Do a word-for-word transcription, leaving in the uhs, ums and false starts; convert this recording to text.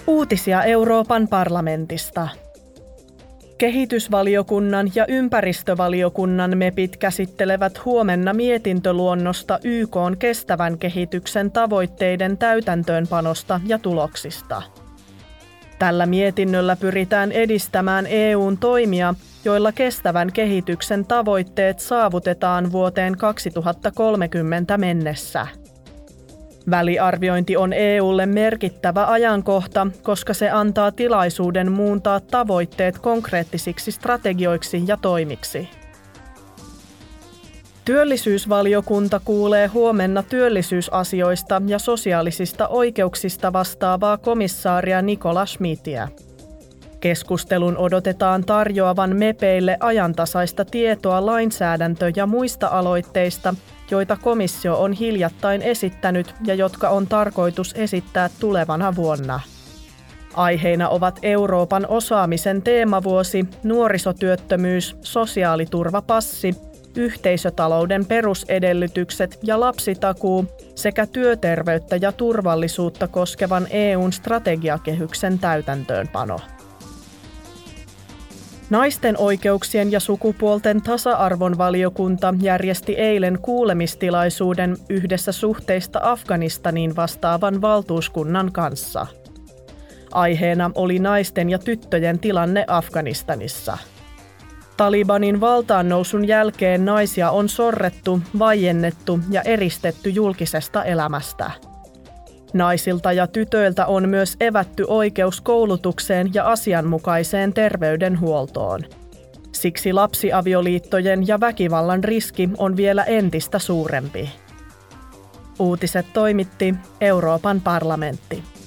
Uutisia Euroopan parlamentista. Kehitysvaliokunnan ja ympäristövaliokunnan mepit käsittelevät huomenna mietintöluonnosta Y K:n kestävän kehityksen tavoitteiden täytäntöönpanosta ja tuloksista. Tällä mietinnöllä pyritään edistämään E U:n toimia, joilla kestävän kehityksen tavoitteet saavutetaan vuoteen kaksituhattakolmekymmentä mennessä. Väliarviointi on E U:lle merkittävä ajankohta, koska se antaa tilaisuuden muuntaa tavoitteet konkreettisiksi strategioiksi ja toimiksi. Työllisyysvaliokunta kuulee huomenna työllisyysasioista ja sosiaalisista oikeuksista vastaavaa komissaaria Nicola Schmidtiä. Keskustelun odotetaan tarjoavan mepeille ajantasaista tietoa lainsäädäntö- ja muista aloitteista, joita komissio on hiljattain esittänyt ja jotka on tarkoitus esittää tulevana vuonna. Aiheina ovat Euroopan osaamisen teemavuosi, nuorisotyöttömyys, sosiaaliturvapassi, yhteisötalouden perusedellytykset ja lapsitakuu sekä työterveyttä ja turvallisuutta koskevan E U:n strategiakehyksen täytäntöönpano. Naisten oikeuksien ja sukupuolten tasa-arvon valiokunta järjesti eilen kuulemistilaisuuden yhdessä suhteista Afganistaniin vastaavan valtuuskunnan kanssa. Aiheena oli naisten ja tyttöjen tilanne Afganistanissa. Talibanin valtaannousun jälkeen naisia on sorrettu, vaiennettu ja eristetty julkisesta elämästä. Naisilta ja tytöiltä on myös evätty oikeus koulutukseen ja asianmukaiseen terveydenhuoltoon. Siksi lapsiavioliittojen ja väkivallan riski on vielä entistä suurempi. Uutiset toimitti Euroopan parlamentti.